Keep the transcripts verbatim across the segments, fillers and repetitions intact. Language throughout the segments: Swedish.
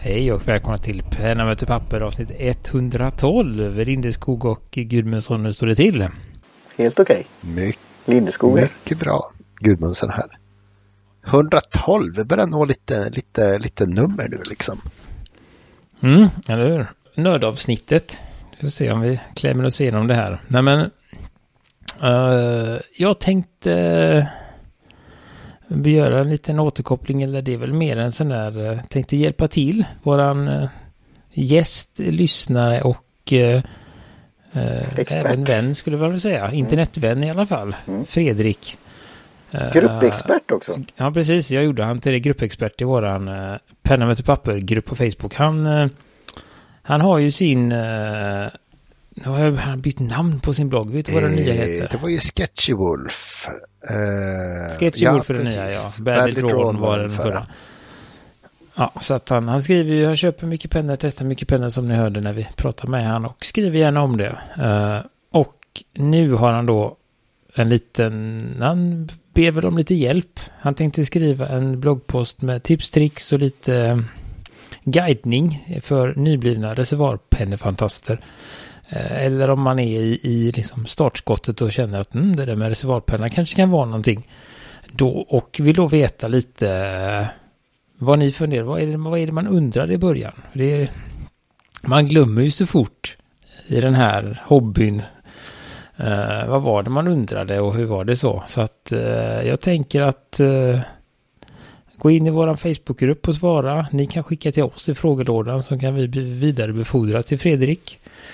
Hej och välkomna till Penna möter papper avsnitt etthundratolv. Lindeskog och Gudmundsson, hur står det till? Helt okej. My- Lindeskog. mycket bra. Gudmundsson här. etthundratolv, vi börjar nå lite, lite, lite nummer nu liksom. Mm, eller hur? Nördavsnittet. Vi får se om vi klämmer oss igenom det här. Nej men, uh, jag tänkte uh, göra en liten återkoppling, eller det är väl mer en sån där, uh, tänkte hjälpa till våran uh, gäst, lyssnare och uh, uh, även vän skulle jag väl säga. Internetvän i alla fall. Mm. Fredrik. Gruppexpert också. Uh, ja, precis. Jag gjorde han till det gruppexpert i våran uh, Penna möter papper-grupp på Facebook. Han, uh, han har ju sin... Uh, nu har han bytt namn på sin blogg. Vet du vad den nya heter? Det var ju Sketchy Wolf. Uh, Sketchy ja, Wolf för den nya, ja. Badly Drawn var den förra. förra. Ja, så att han, han skriver ju, jag köper mycket pennor, testar mycket pennor som ni hörde när vi pratade med han och skriver gärna om det. Uh, och nu har han då en liten... Han ber väl om lite hjälp. Han tänkte skriva en bloggpost med tips, tricks och lite guidning för nyblivna reservoarpennefantaster. Eller om man är i, i liksom startskottet och känner att mm, det där med reservoarpenna kanske kan vara någonting. Då, och vill då veta lite vad ni funderar. Vad är det, vad är det man undrar i början? Det är, man glömmer ju så fort i den här hobbyn. Uh, vad var det man undrade och hur var det så? Så att uh, jag tänker att uh, gå in i våran Facebookgrupp och svara. Ni kan skicka till oss i frågelådan så kan vi vidare befordra till Fredrik.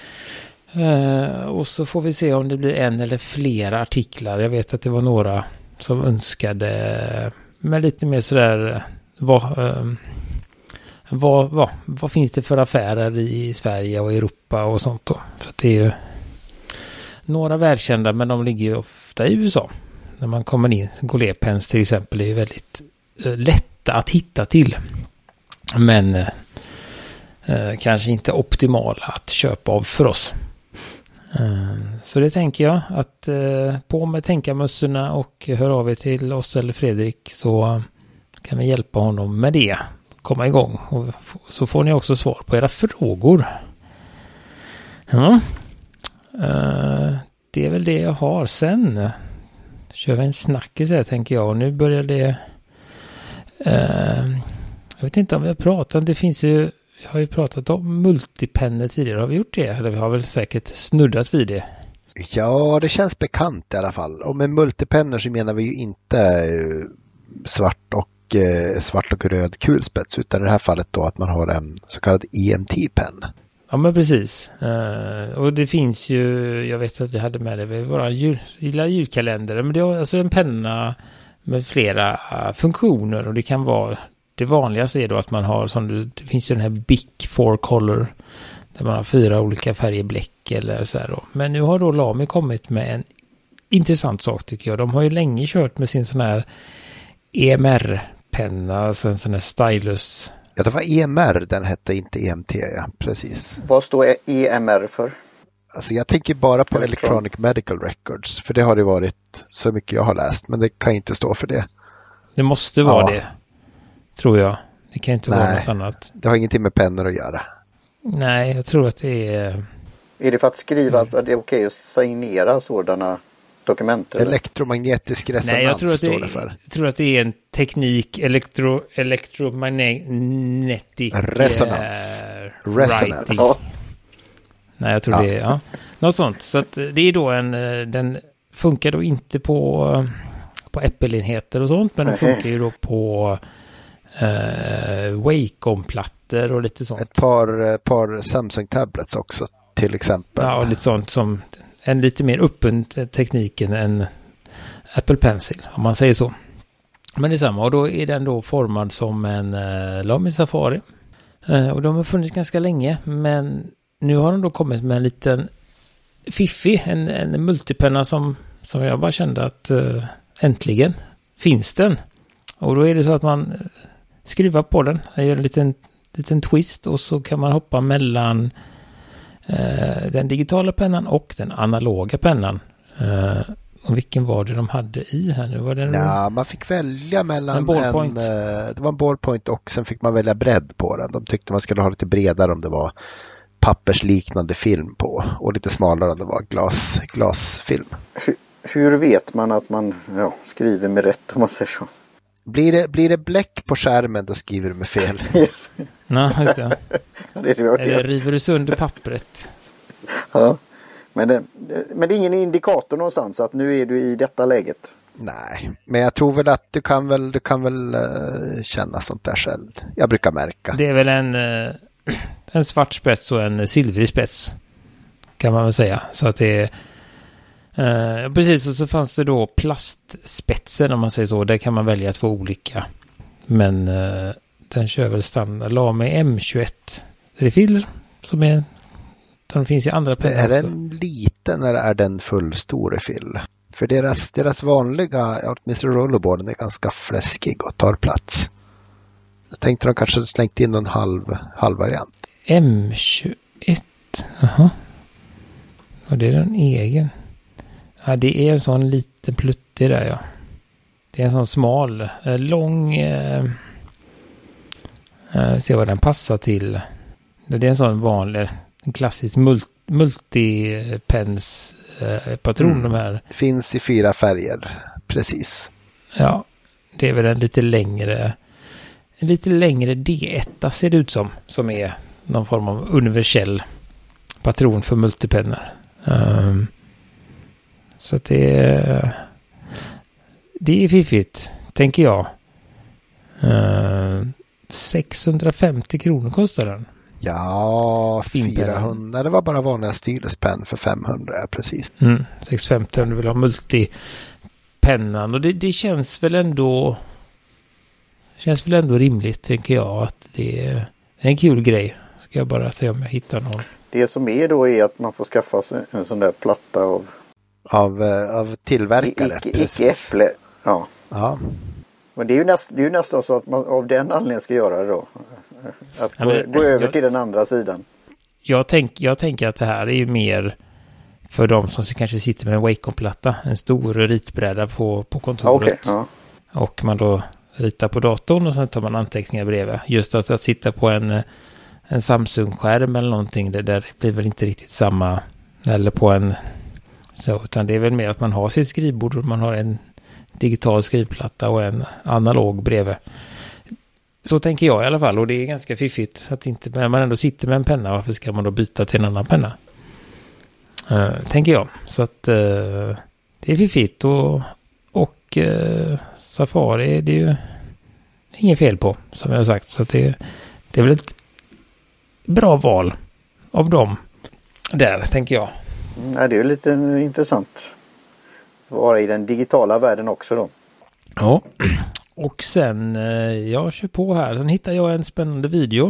Uh, och så får vi se om det blir en eller flera artiklar. Jag vet att det var några som önskade med lite mer sådär vad, uh, vad, vad, vad finns det för affärer i Sverige och Europa och sånt då? För att det är ju några välkända, men de ligger ju ofta i U S A. När man kommer in, Golepens till exempel är ju väldigt eh, lätta att hitta till. Men eh, kanske inte optimala att köpa av för oss. Eh, så det tänker jag att eh, på med tänkamössorna och hör av er till oss eller Fredrik så kan vi hjälpa honom med det. Komma igång. Och så får ni också svar på era frågor. Ja. Uh, det är väl det jag har. Sen kör vi en snackis här tänker jag. Och nu börjar det uh, jag vet inte om vi har pratat. Det finns ju, jag har ju pratat om multipennor tidigare. Har vi gjort det? Eller vi har väl säkert snuddat vid det. Ja, det känns bekant i alla fall. Och med multipennor så menar vi ju inte svart och eh, svart och röd kulspets, utan i det här fallet då att man har en så kallad E M T-penn. Ja, men precis. Uh, och det finns ju, jag vet att vi hade med det vid våra jul, lilla julkalender, men det är alltså en penna med flera uh, funktioner och det kan vara, det vanligaste är då att man har, som det finns ju den här Bic four color där man har fyra olika färgbläck eller så här då. Men nu har då Lamy kommit med en intressant sak tycker jag. De har ju länge kört med sin sån här E M R-penna, alltså en sån här stylus. Ja, det var E M R, den hette inte E M T, ja, precis. Vad står E M R för? Alltså jag tänker bara på Electronic Medical Records, för det har det varit så mycket jag har läst, men det kan inte stå för det. Det måste vara ja. det, tror jag. Det kan inte Nej, vara något annat. Det har ingenting med pennor att göra. Nej, jag tror att det är... Är det för att skriva mm. att det är okej att signera sådana dokument? Eller? Elektromagnetisk resonans. Nej, jag tror att det, står det för. Jag tror att det är en teknik, elektro, elektromagnetic resonans. Uh, resonance. Ja. Nej, jag tror ja. det är ja. något sånt. Så att det är då en, den funkar då inte på, på Apple-enheter och sånt, men den funkar ju då på uh, Wacom-plattor och lite sånt. Ett par, par Samsung-tablets också till exempel. Ja, och lite sånt som en lite mer öppen teknik än Apple Pencil, om man säger så. Men det är samma, och då är den då formad som en uh, Lamy Safari. Uh, och de har funnits ganska länge, men nu har de då kommit med en liten fiffi, en, en multipenna som, som jag bara kände att uh, äntligen finns den. Och då är det så att man skruvar på den, gör en liten, liten twist och så kan man hoppa mellan uh, den digitala pennan och den analoga pennan. Uh, Och vilken var det de hade i här nu? Var det ja, man fick välja mellan en ballpoint. En, det var en ballpoint och sen fick man välja bredd på den. De tyckte man skulle ha lite bredare om det var pappersliknande film på och lite smalare om det var glas, glasfilm. Hur, hur vet man att man ja, skriver med rätt om man säger så? Blir det, blir det bläck på skärmen då skriver du med fel. Yes. Nej, just det. Ja, det är det. Eller river du sönder pappret? Ja, men det, men det är ingen indikator någonstans att nu är du i detta läget. Nej, men jag tror väl att du kan väl, du kan väl uh, känna sånt där själv. Jag brukar märka. Det är väl en, uh, en svart spets och en silvrig spets kan man väl säga. Så att det är uh, precis, och så fanns det då plastspetsen om man säger så. Där kan man välja två olika. Men uh, den kör väl standard. La med M tjugoett refill som är de finns i andra pennor. Är den liten eller är den fullstor refill? För deras, deras vanliga, åtminstone rollerboarden är ganska fläskig och tar plats. Jag tänkte de kanske hade slängt in en halv, halv variant. M tjugoett, jaha. Och det är en egen. Ja, det är en sån liten pluttig där, ja. Det är en sån smal, lång, eh, eh, se vad den passar till. Det är en sån vanlig, en klassisk mult, multipens eh, patron mm. de här. Finns i fyra färger, precis. Ja, det är väl en lite längre en lite längre D ett ser det ut som. Som är någon form av universell patron för multipennor. Um, så att det är det är fiffigt, tänker jag. Uh, sexhundrafemtio kronor kostar den. Ja, fyrahundra. Det var bara vanliga stylespenn för femhundra, precis. Mm, sexhundrafemtio om du vill ha multipennan. Och det, det känns väl ändå känns väl ändå rimligt, tänker jag, att det är en kul grej. Ska jag bara se om jag hittar någon. Det som är då är att man får skaffa sig en sån där platta av av, av tillverkare. Icke, icke äpple. Ja. Ja. Men det är ju, näst, det är ju nästan så att man av den anledningen ska göra det då. Att ja, gå, men, gå över jag, till den andra sidan. Jag, tänk, jag tänker att det här är ju mer för de som kanske sitter med en Wacom-platta. En stor ritbräda på, på kontoret. Okay, ja. Och man då ritar på datorn och sen tar man anteckningar bredvid. Just att, att sitta på en, en Samsung-skärm eller någonting. Det där blir väl inte riktigt samma. Eller på en så, utan det är väl mer att man har sitt skrivbord och man har en digital skrivplatta och en analog bredvid. Så tänker jag i alla fall, och det är ganska fiffigt att inte, när man ändå sitter med en penna, varför ska man då byta till en annan penna? Uh, tänker jag. Så att uh, det är fiffigt och, och uh, Safari det är ju ingen fel på, som jag har sagt. Så att det, det är väl ett bra val av dem där, tänker jag. Mm, det är ju lite intressant att vara i den digitala världen också då. Ja. Och sen, jag kör på här. Sen hittar jag en spännande video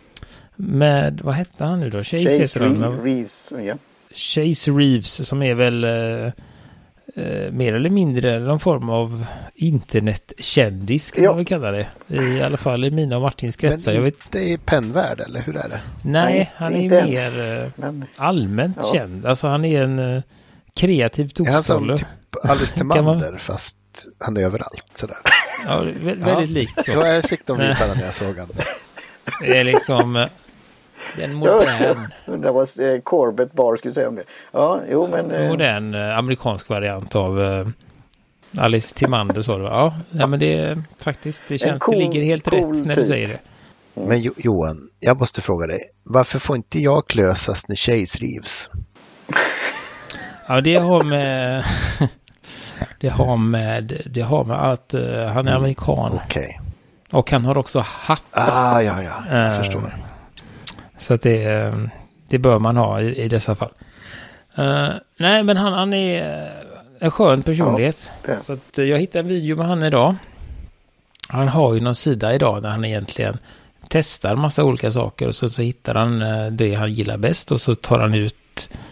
med, vad hette han nu då? Chase, Chase Re- Reeves, ja. Chase Reeves, som är väl eh, mer eller mindre någon form av internetkändis, kan ja. man väl kalla det. I alla fall i mina och Martins kretsar. Men jag vet... inte i pennvärld, eller hur är det? Nej, Nej han är inte. mer eh, Men, allmänt ja. känd. Alltså han är en eh, kreativ tokstolle. Typ Alice Timander, man... fast han är överallt sådär. Ja, väldigt ja. likt så. Ja, jag fick de vibbarna när jag såg han. Det är liksom en modern... Undrar vad Corbett Bar skulle säga om det. Ja, jo men... En modern eh, amerikansk variant av eh, Alice Timander, så det var. Ja, ja, men det är faktiskt, det känns, cool, det ligger helt cool rätt när typ. Du säger det. Mm. Men jo, Johan, jag måste fråga dig. Varför får inte jag klösas när Chase Reeves? Ja, det har med... Det har med, det har med att uh, han är amerikan. Mm, okay. Och han har också hatt. Ah, ja, ja. Jag uh, förstår. Så att det, det bör man ha i, i dessa fall. Uh, nej, men han, han är en skön personlighet. Ja, så att jag hittade en video med han idag. Han har ju någon sida idag där han egentligen testar massa olika saker. Och så, så hittar han det han gillar bäst. Och så tar han ut...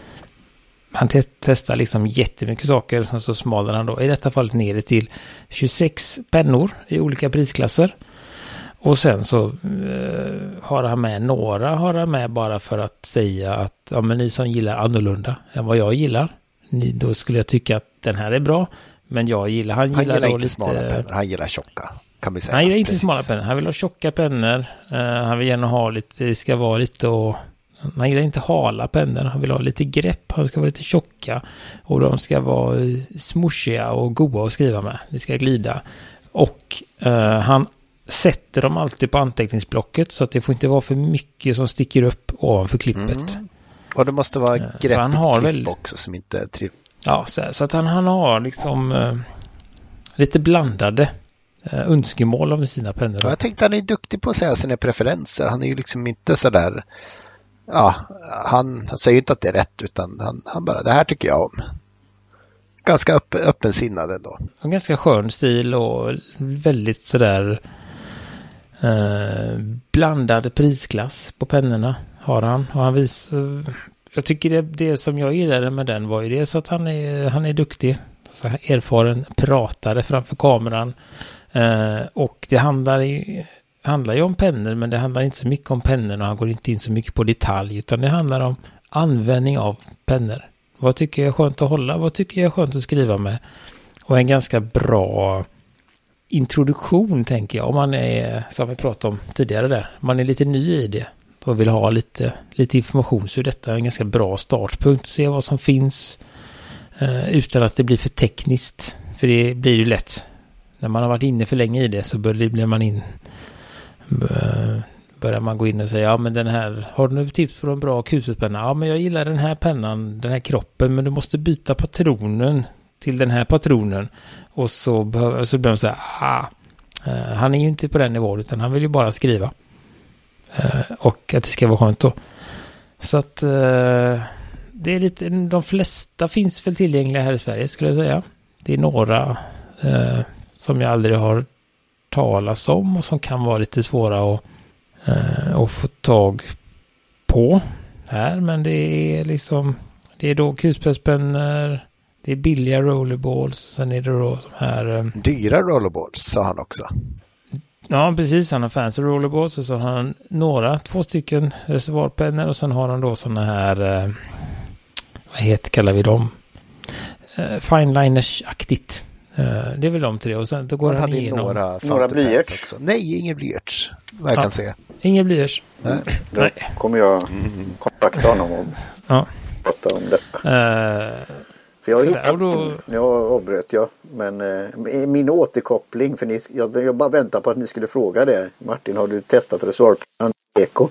Han te- testar liksom jättemycket saker, som så smalar han då i detta fallet ner till tjugosex pennor i olika prisklasser. Och sen så eh, har han med några har han med bara för att säga att ja, men ni som gillar annorlunda än vad jag gillar, ni, då skulle jag tycka att den här är bra. Men jag gillar, han gillar, han gillar inte lite, smala pennor, han gillar tjocka. Kan vi säga. Han gillar inte Precis. smala pennor, han vill ha tjocka pennor. Uh, han vill gärna ha lite, det ska vara lite och han gillar inte hala pennor, han vill ha lite grepp, han ska vara lite tjocka och de ska vara smushiga och goda att skriva med, det ska glida. Och uh, han sätter dem alltid på anteckningsblocket så att det får inte vara för mycket som sticker upp ovanför klippet. Mm. Och det måste vara greppigt han har klipp väl, också som inte är triv. Ja, så, så att han, han har liksom uh, lite blandade uh, önskemål om sina pennor. Ja, jag tänkte att han är duktig på att säga sina preferenser. Han är ju liksom inte så där. Ja, han, han säger inte att det är rätt utan han, han bara, det här tycker jag om. Ganska upp, öppensinnad ändå. En ganska skön stil och väldigt sådär eh, blandad prisklass på pennorna har han. Och han visar, jag tycker det, det som jag gillade med den var ju det så att han är, han är duktig. Så här erfaren pratare framför kameran. Eh, och det handlar ju handlar ju om pennor, men det handlar inte så mycket om pennor och han går inte in så mycket på detalj, utan det handlar om användning av pennor. Vad tycker jag är skönt att hålla? Vad tycker jag är skönt att skriva med? Och en ganska bra introduktion, tänker jag, om man är, som vi pratade om tidigare där, man är lite ny i det och vill ha lite, lite information, så är detta en ganska bra startpunkt. Se vad som finns eh, utan att det blir för tekniskt, för det blir ju lätt. När man har varit inne för länge i det så blir man in börjar man gå in och säga, ja men den här, har du några tips på en bra kulspetspenna? Ja men jag gillar den här pennan, den här kroppen, men du måste byta patronen till den här patronen. Och så, behöver, så blir man säga, ah, uh, han är ju inte på den nivån utan han vill ju bara skriva. Uh, och att det ska vara skönt då. Så att uh, det är lite, de flesta finns väl tillgängliga här i Sverige skulle jag säga. Det är några uh, som jag aldrig har talas om och som kan vara lite svåra att, uh, att få tag på här, men det är liksom, det är då kulspetspennor, det är billiga rollerballs och sen är det då som här um, dyra rollerballs, sa han också. Ja, precis, han har fancy rollerballs och så har han några, två stycken reservoarpennor och sen har han då såna här uh, vad heter, kallar vi dem? Uh, fineliners-aktigt. Uh, det är väl de tre och sen då går han, han igenom några, några blyerts också. Nej, ingen blyerts. Vad jag ja, kan se. Ingen blyerts. Nej. Då Nej. kommer jag kontakta honom och ja. prata om detta. Uh, för jag har hittat, då... jag avbröt jag, men uh, min återkoppling, för ni, jag, jag bara väntar på att ni skulle fråga det. Martin, har du testat reservoarpennan Eko?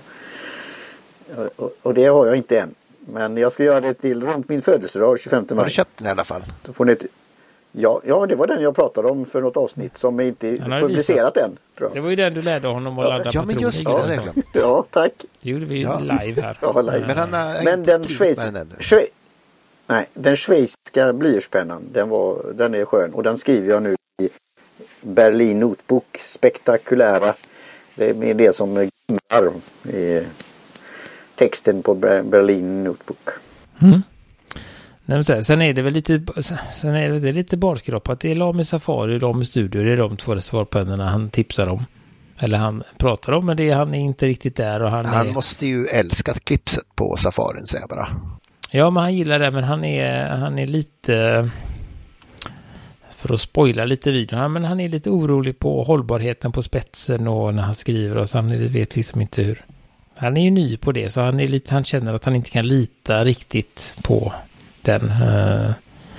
Och, och det har jag inte än. Men jag ska göra det till runt min födelsedag, tjugofemte maj. Har du köpt den i alla fall? Då får ni ett... Ja, ja, det var den jag pratade om för något avsnitt som inte är publicerat än. Tror jag. Det var ju den du lärde honom att ja, ladda ja, men just det, ja, ja, tack. Det gjorde vi ju ja. live här. Ja, live. Men, han har men den schweiz... Schwe... Nej, den schweiziska blyertspennan, den, var... den är skön. Och den skriver jag nu i Berlin Notebook. Spektakulära. Det är med det som glimrar i texten på Berlin Notebook. Mm. Nej, men sen är det väl lite sen är det lite barskroppat. Det är Lamy Safari, Lamy Studio, det är de två reservoarpennorna han tipsar om. Eller han pratar om, men det är han är inte riktigt där. Och han han är... måste ju älska klipset på Safarin, säger jag bara. Ja, men han gillar det, men han är, han är lite, för att spoila lite videon, men han är lite orolig på hållbarheten på spetsen och när han skriver, och så han vet liksom inte hur. Han är ju ny på det, så han, är lite, han känner att han inte kan lita riktigt på den uh,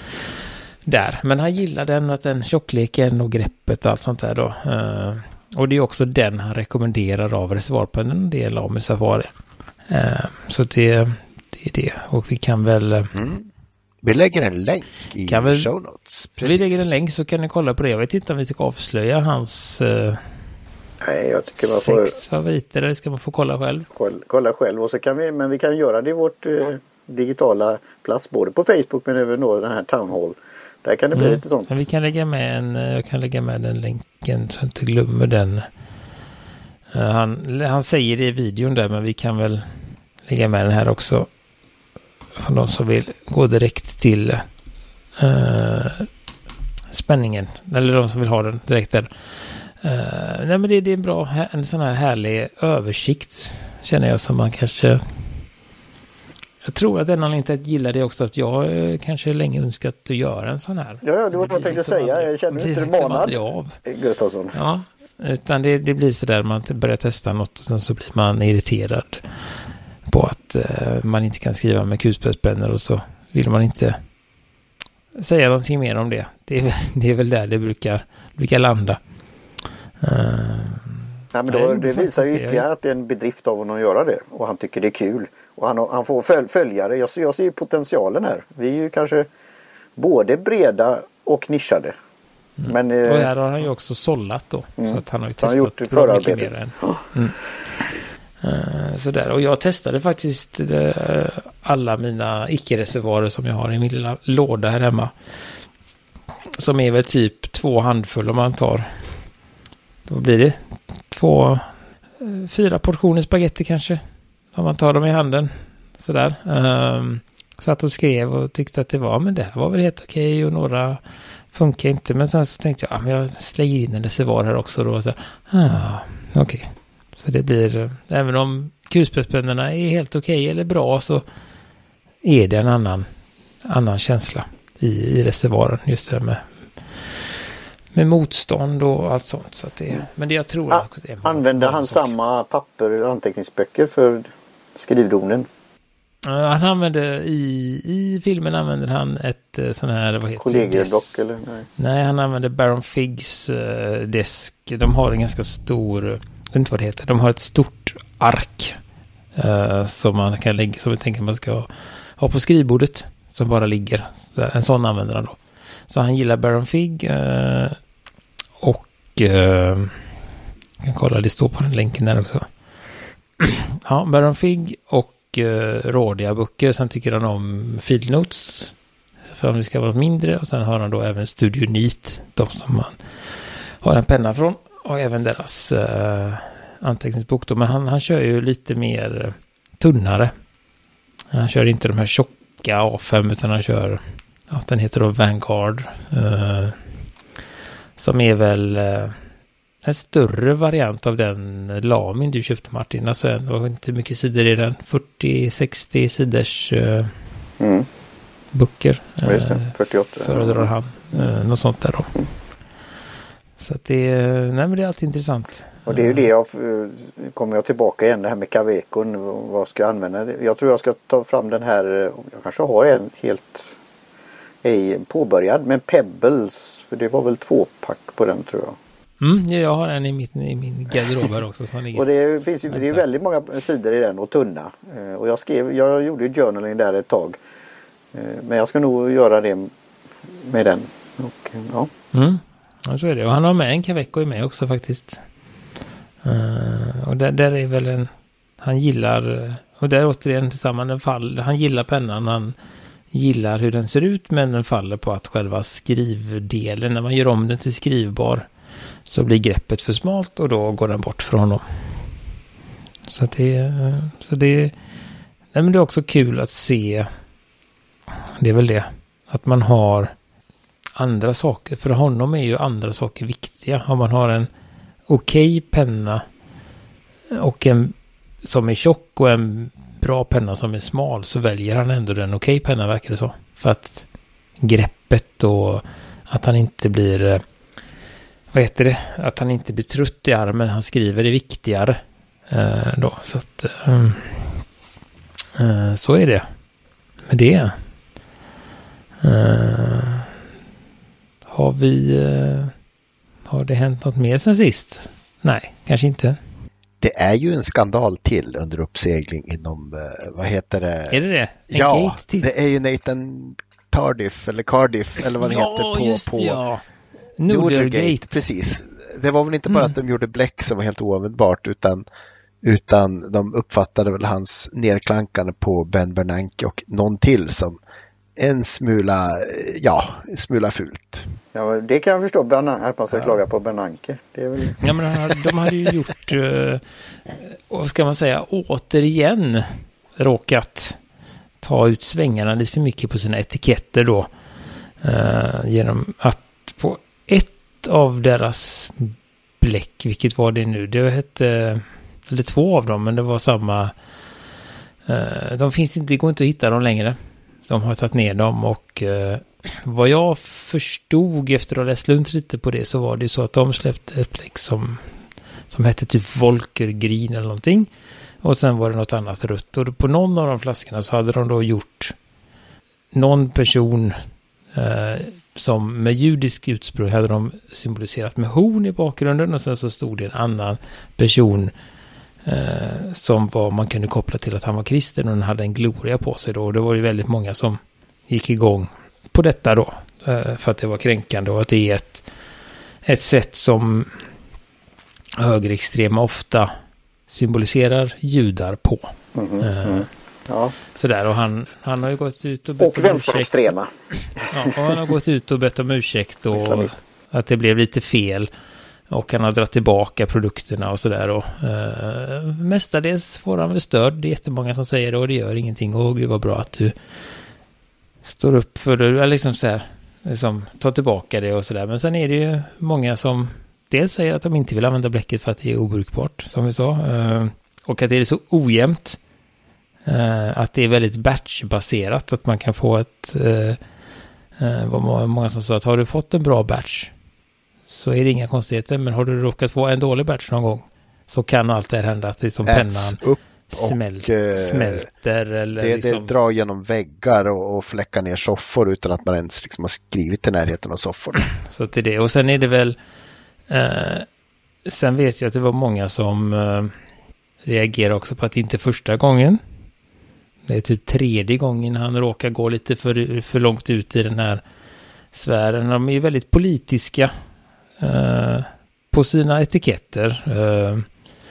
där. Men han gillar den, att den tjockleken och greppet och allt sånt där då. Uh, och det är också den han rekommenderar av reservoarpennan, det är Lamy Safari. Uh, så det, det är det. Och vi kan väl... Uh, mm. Vi lägger en länk i väl, show notes. Precis. Vi lägger en länk så kan ni kolla på det. Jag vet inte om vi ska avslöja hans... Uh, Nej, jag tycker man får... Sex favoriter, eller ska man få kolla själv? Kolla, kolla själv, och så kan vi, men vi kan göra det i vårt eh, digitala plats, både på Facebook men även då den här Town Hall. Där kan det bli mm. lite sånt. Men vi kan lägga med en, jag kan lägga med den länken så jag inte glömmer den. Uh, han, han säger det i videon där, men vi kan väl lägga med den här också. För de som vill gå direkt till uh, spänningen. Eller de som vill ha den direkt där. Uh, nej, men det, det är en bra, en sån här härlig översikt, känner jag, som man kanske, Jag tror att en anledning till att jag gillar det också att jag eh, kanske länge önskat att göra en sån här. Ja, ja det var vad jag tänkte säga. Aldrig, jag känner inte det manad, Gustafsson. Ja, utan det, det blir så där man börjar testa något och sen så blir man irriterad på att eh, man inte kan skriva med kulspetspennor och så vill man inte säga någonting mer om det. Det är, det är väl där det brukar, brukar landa. Uh, ja, men då, det visar ju ytterligare att det är en bedrift av honom att göra det. Och han tycker det är kul. Och han, han får föl- följare. Jag, jag ser ju potentialen här. Vi är ju kanske både breda och nischade. Mm. Men, och här har han ju också sållat då. Mm. Så att han har ju testat han har gjort förarbetet. Mer än. Mm. Uh, sådär. Och jag testade faktiskt uh, alla mina icke-reservoarer som jag har i min lilla låda här hemma. Som är väl typ två handfull om man tar. Då blir det två, uh, fyra portioner spaghetti kanske. Om man tar dem i handen. Sådär. Um, satt och skrev och tyckte att det var, men det här var väl helt okej okay, och några funkar inte. Men sen så tänkte jag, ah, men jag slänger in en reservoar här också. Då, så, ah, okej. Okay. Så det blir, även om kulspetspennorna är helt okej okay eller bra så är det en annan, annan känsla i, i reservoaren. Just det där med, med motstånd och allt sånt. Så att det, men det jag tror... Ah, att det är använder han sak. Samma papper och anteckningsböcker för skrivdonen? Uh, han använder i, i filmen använder han ett uh, sån här, vad heter kollegieblock eller? Nej. Nej, han använder Baron Figgs uh, desk. De har en ganska stor... Jag vet inte vad det heter. De har ett stort ark uh, som man kan lägga, som jag tänker man ska ha på skrivbordet som bara ligger. Så en sån använder han då. Så han gillar Baron Fig uh, och uh, jag kan kolla, det står på den länken där också. Ja, Baron Fig och uh, Rådia-böcker. Sen tycker han om Field Notes för om det ska vara mindre. Och sen har han då även Studio Neat, de som man har en penna från. Och även deras uh, anteckningsbok då. Men han, han kör ju lite mer uh, tunnare. Han kör inte de här tjocka A fem utan han kör, ja, den heter då Vanguard. Uh, som är väl uh, en större variant av den Lamin du köpte, Martin. Alltså det var inte mycket sidor i den. fyrtio sextio sidors uh, mm. böcker. Ja, just det. fyrtioåtta. Uh, föredrar han. Uh, något sånt där då. Mm. Så att det, nej men det är alltid intressant. Och det är ju det jag kommer jag tillbaka igen, det här med Kavekon. Vad ska jag använda? Jag tror jag ska ta fram den här, jag kanske har en helt ej påbörjad, men Pebbles, för det var väl två pack på den tror jag. Mm, jag har en i, mitt, i min garderob här också. Som ligger. Och det finns ju, det är väldigt många sidor i den och tunna. Och jag skrev, jag gjorde ju journaling där ett tag. Men jag ska nog göra det med den. Och, ja. Mm. Ja, så är det. Och han har med en Kaveco i mig också faktiskt. Uh, och där, där är väl en... Han gillar... Och där återigen tillsammans en fall. Han gillar pennan. Han gillar hur den ser ut. Men den faller på att själva skrivdelen, när man gör om den till skrivbar, så blir greppet för smalt och då går den bort från honom. Så att det... Så det, nej men det är också kul att se... Det är väl det. Att man har... andra saker. För honom är ju andra saker viktiga. Om man har en okej penna och en som är tjock och en bra penna som är smal, så väljer han ändå den okej penna, verkar det så. För att greppet och att han inte blir, vad heter det? Att han inte blir trött i armen. Han skriver är viktigare. Eh, då. Så att um, eh, så är det med det. Eh, Har vi... Eh, har det hänt något mer sen sist? Nej, kanske inte. Det är ju en skandal till under uppsegling inom... Eh, vad heter det? Är det det? En ja, det är ju Nathan Cardiff eller Cardiff eller vad det ja, heter på... Just, på ja, Nordergate. Precis. Det var väl inte bara mm. att de gjorde bläck som var helt oanvändbart, utan, utan de uppfattade väl hans nerklankande på Ben Bernanke och någon till som en smula, ja, smula fult. Ja, det kan jag förstå, att man ska ja. klaga på Bernanke. Det är väl... Ja, men de hade ju gjort, uh, vad ska man säga, återigen råkat ta ut svängarna lite för mycket på sina etiketter då. Uh, genom att på ett av deras bläck, vilket var det nu? Det hette, eller två av dem, men det var samma Uh, de finns inte, det går inte att hitta dem längre. De har tagit ner dem och uh, vad jag förstod efter att ha läst Lund lite på det så var det så att de släppte ett bläck som, som hette typ Volkergreen eller någonting. Och sen var det något annat rött. Och på någon av de flaskorna så hade de då gjort någon person uh, som med judisk ursprung hade de symboliserat med horn i bakgrunden och sen så stod det en annan person eh, som var, man kunde koppla till att han var kristen och den hade en gloria på sig då. Och det var ju väldigt många som gick igång på detta då eh, för att det var kränkande och att det är ett, ett sätt som högerextrema ofta symboliserar judar på. Mm, mm, mm. Ja. Sådär, och han, han har ju gått ut och bett och vänsterextrema. Ja, och han har gått ut och bett om ursäkt och att det blev lite fel. Och han har dragit tillbaka produkterna och sådär. Och eh, mestadels får han väl stöd. Det är jättemånga som säger det och det gör ingenting. Och gud vad bra att du står upp för det. Eller liksom så här, liksom, ta tillbaka det och sådär. Men sen är det ju många som dels säger att de inte vill använda bläcket för att det är obrukbart, som vi sa. Eh, och att det är så ojämnt. Uh, att det är väldigt batchbaserat, att man kan få ett uh, uh, vad många som sa att har du fått en bra batch så är det inga konstigheter, men har du råkat få en dålig batch någon gång så kan allt det här hända att det som pennan upp smält, och, uh, smälter eller det, liksom... det drar genom väggar och, och fläckar ner soffor utan att man ens liksom har skrivit i närheten av soffor. Så till det, och sen är det väl uh, sen vet jag att det var många som uh, reagerar också på att det inte är första gången. Det är typ tredje gången han råkar gå lite för, för långt ut i den här sfären. De är ju väldigt politiska eh, på sina etiketter. Eh,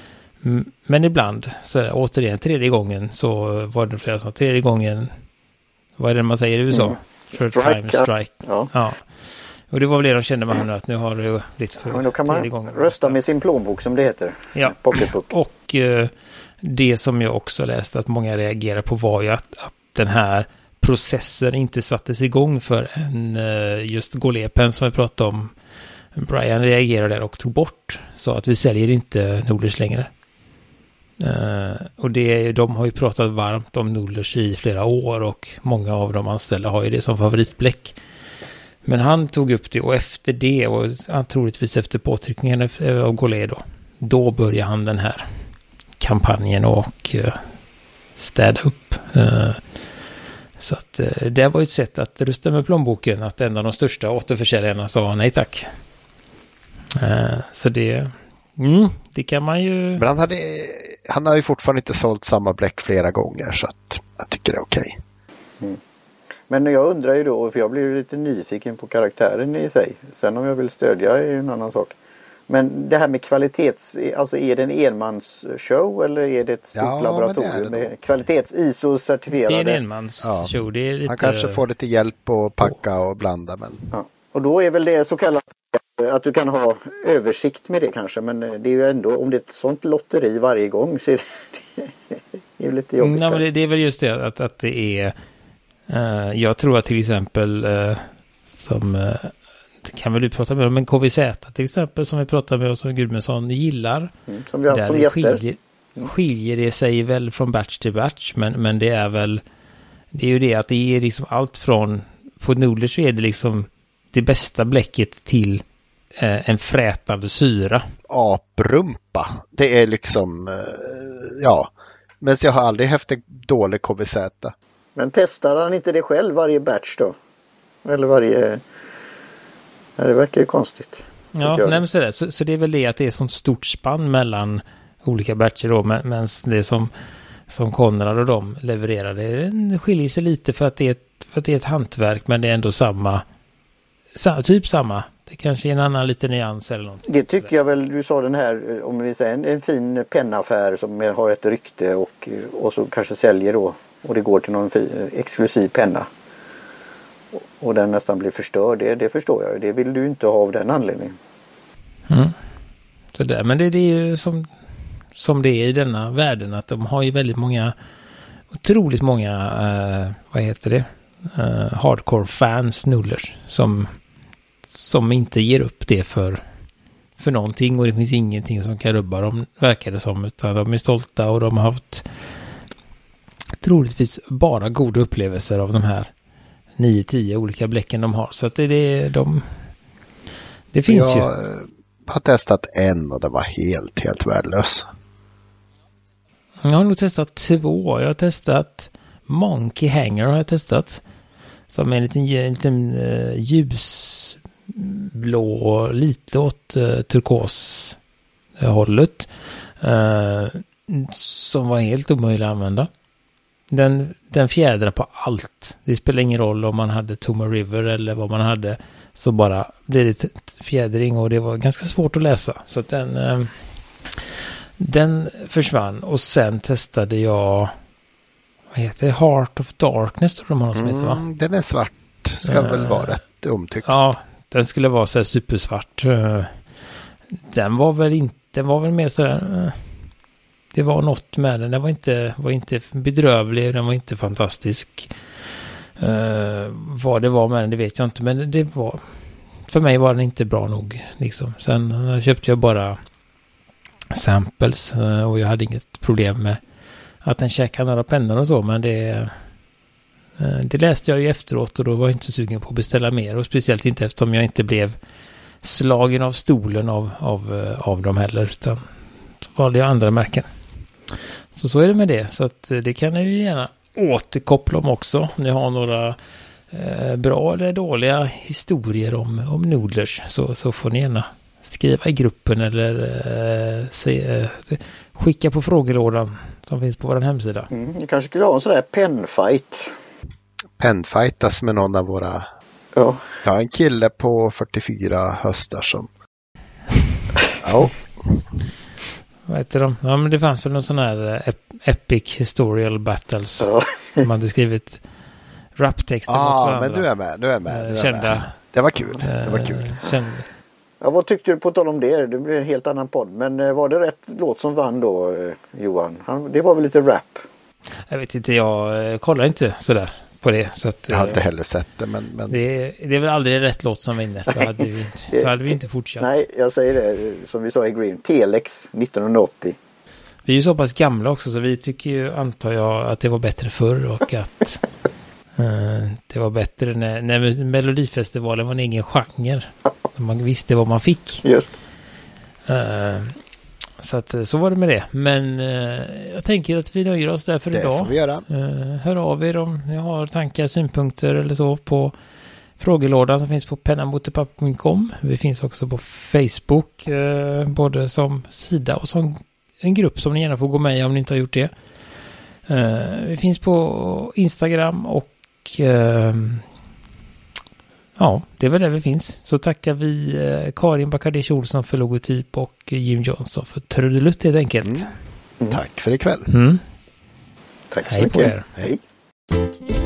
men ibland, så här, återigen, tredje gången så var det flera som tredje gången, vad är det man säger i U S A? Mm. Third time strike. Ja. Ja. Och det var väl det de kände med honom, att nu har det lite för ja, men då kan man gången. Rösta med sin plånbok som det heter. Ja, Pocketbook. Och eh, det som jag också läste att många reagerar på var ju att, att den här processen inte sattes igång för en just Golepen som vi pratade om. Brian reagerade där och tog bort, så att vi säljer inte Nullers längre. Uh, och det, de har ju pratat varmt om Nullers i flera år och många av de anställda har ju det som favoritbläck. Men han tog upp det och efter det och troligtvis efter påtryckningen av Golé då, då började han den här kampanjen och uh, städa upp. Uh, så att uh, det var ett sätt att rusta med plånboken, att en av de största återförsäljarna sa nej tack. Uh, så det, mm, det kan man ju... Men han, hade, han har ju fortfarande inte sålt samma bläck flera gånger, så att jag tycker det är okej. Okay. Mm. Men jag undrar ju då, för jag blir lite nyfiken på karaktären i sig. Sen om jag vill stödja är en annan sak. Men det här med kvalitets, alltså är det en enmansshow eller är det ett stort ja, laboratorium med kvalitets-I S O-certifierade? Det är en enmansshow. Ja. Det är lite... Han kanske får lite hjälp att packa och blanda. Men... Ja. Och då är väl det så kallat att du kan ha översikt med det kanske. Men det är ju ändå, om det är ett sånt lotteri varje gång så är det, det är lite jobbigt. Nej, men det, det är väl just det att, att det är... Uh, jag tror att till exempel uh, som... Uh, kan väl du prata med om, men K V Z till exempel som vi pratar med och som Gudmundsson gillar. Mm, som vi har haft som gäster. Skiljer, skiljer det sig väl från batch till batch, men, men det är väl det är ju det att det är liksom allt från på Nuller så är det liksom det bästa bläcket till eh, en frätande syra. Aprumpa. Det är liksom eh, ja, men jag har aldrig haft en dålig K V Z. Men testar han inte det själv varje batch då? Eller varje... Ja, det verkar ju konstigt. Ja, nej, men så, så, så det är väl det att det är sånt stort spann mellan olika batcher då, men, men det som, som Konrad och de levererade, det skiljer sig lite för att det är ett, för att det är ett hantverk, men det är ändå samma, sam, typ samma. Det kanske är en annan liten nyans eller något. Det tycker jag väl, du sa den här, om vi säger en, en fin pennaffär som har ett rykte och, och så kanske säljer då, och det går till någon fi, exklusiv penna. Och den nästan blir förstörd, det, det förstår jag. Det vill du inte ha av den anledningen. Mm. Så där, men det, det är ju som, som det är i denna världen, att de har ju väldigt många, otroligt många, uh, vad heter det, uh, hardcore fans, Nullers, som, som inte ger upp det för, för någonting, och det finns ingenting som kan rubba dem, verkar det som, utan de är stolta och de har haft troligtvis bara goda upplevelser av de här nio tio olika bläcken de har. Så att det, det, de, det finns jag ju. Jag har testat en och den var helt, helt värdelös. Jag har nog testat två. Jag har testat Monkey Hanger har jag testat. Som är en liten, en liten uh, ljusblå, lite åt uh, turkoshållet. Uh, som var helt omöjlig att använda. Den, den fjädrar på allt. Det spelar ingen roll om man hade Toma River eller vad man hade. Så bara blev det fjädring och det var ganska svårt att läsa. Så att den, uh, den försvann. Och sen testade jag, vad heter det? Heart of Darkness tror de har något som heter, va? Mm, den är svart. Ska uh, väl vara rätt omtyckt. Ja, den skulle vara så här supersvart. Uh, den var väl inte, den var väl mer så här... Uh, det var något med den. Den var inte, var inte bedrövlig. Den var inte fantastisk. Uh, vad det var med den, det vet jag inte. Men det var... För mig var den inte bra nog. Liksom. Sen uh, köpte jag bara samples. Uh, och jag hade inget problem med att den käkade några pennor och så. Men det... Uh, det läste jag ju efteråt. Och då var jag inte sugen på att beställa mer. Och speciellt inte eftersom jag inte blev slagen av stolen av, av, uh, av dem heller. Utan så valde jag andra märken. Så så är det med det. Så att det kan jag ju gärna återkoppla om också. Om ni har några eh, bra eller dåliga historier om, om Noodlers. Så, så får ni gärna skriva i gruppen eller eh, se, eh, skicka på frågelådan som finns på vår hemsida. Mm, ni kanske skulle ha en sån där pennfight. Pennfightas med någon av våra... Ja. Jag har en kille på fyrtiofyra höstar som... Ja. Vad heter de? Ja, men det fanns väl någon sån här ep- Epic Historical Battles. Ja. Man hade skrivit raptexter ah, mot varandra. Men du är med, du är med. Du är kända, med. Det var kul, det var kul. Kända. Ja, vad tyckte du på tal om det? Det blir en helt annan podd. Men var det rätt låt som vann då, Johan? Han, det var väl lite rap? Jag vet inte, jag kollar inte sådär på det. Så att, jag har inte heller sett det. Men, men... Det, det är väl aldrig rätt låt som vinner. Då hade vi inte, då hade vi inte fortsatt. Nej, jag säger det som vi sa i Green. Telex nittonhundraåttio. Vi är ju så pass gamla också så vi tycker ju, antar jag, att det var bättre förr och att uh, det var bättre när, när Melodifestivalen var en egen genre. Man visste vad man fick. Just. Uh, så att så var det med det. Men uh, jag tänker att vi nöjer oss där för det idag. Det får vi göra. Uh, hör av er om ni har tankar, synpunkter eller så på frågelådan som finns på pennamotorpapper punkt com. Vi finns också på Facebook uh, både som sida och som en grupp som ni gärna får gå med i om ni inte har gjort det. Uh, vi finns på Instagram och uh, ja, det är väl där vi finns. Så tackar vi uh, Karin Bakardish Olsson för logotyp och Jim Johnson för trudelutt helt enkelt. Mm. Mm. Tack för ikväll. Mm. Tack så Hej mycket. På er. Hej.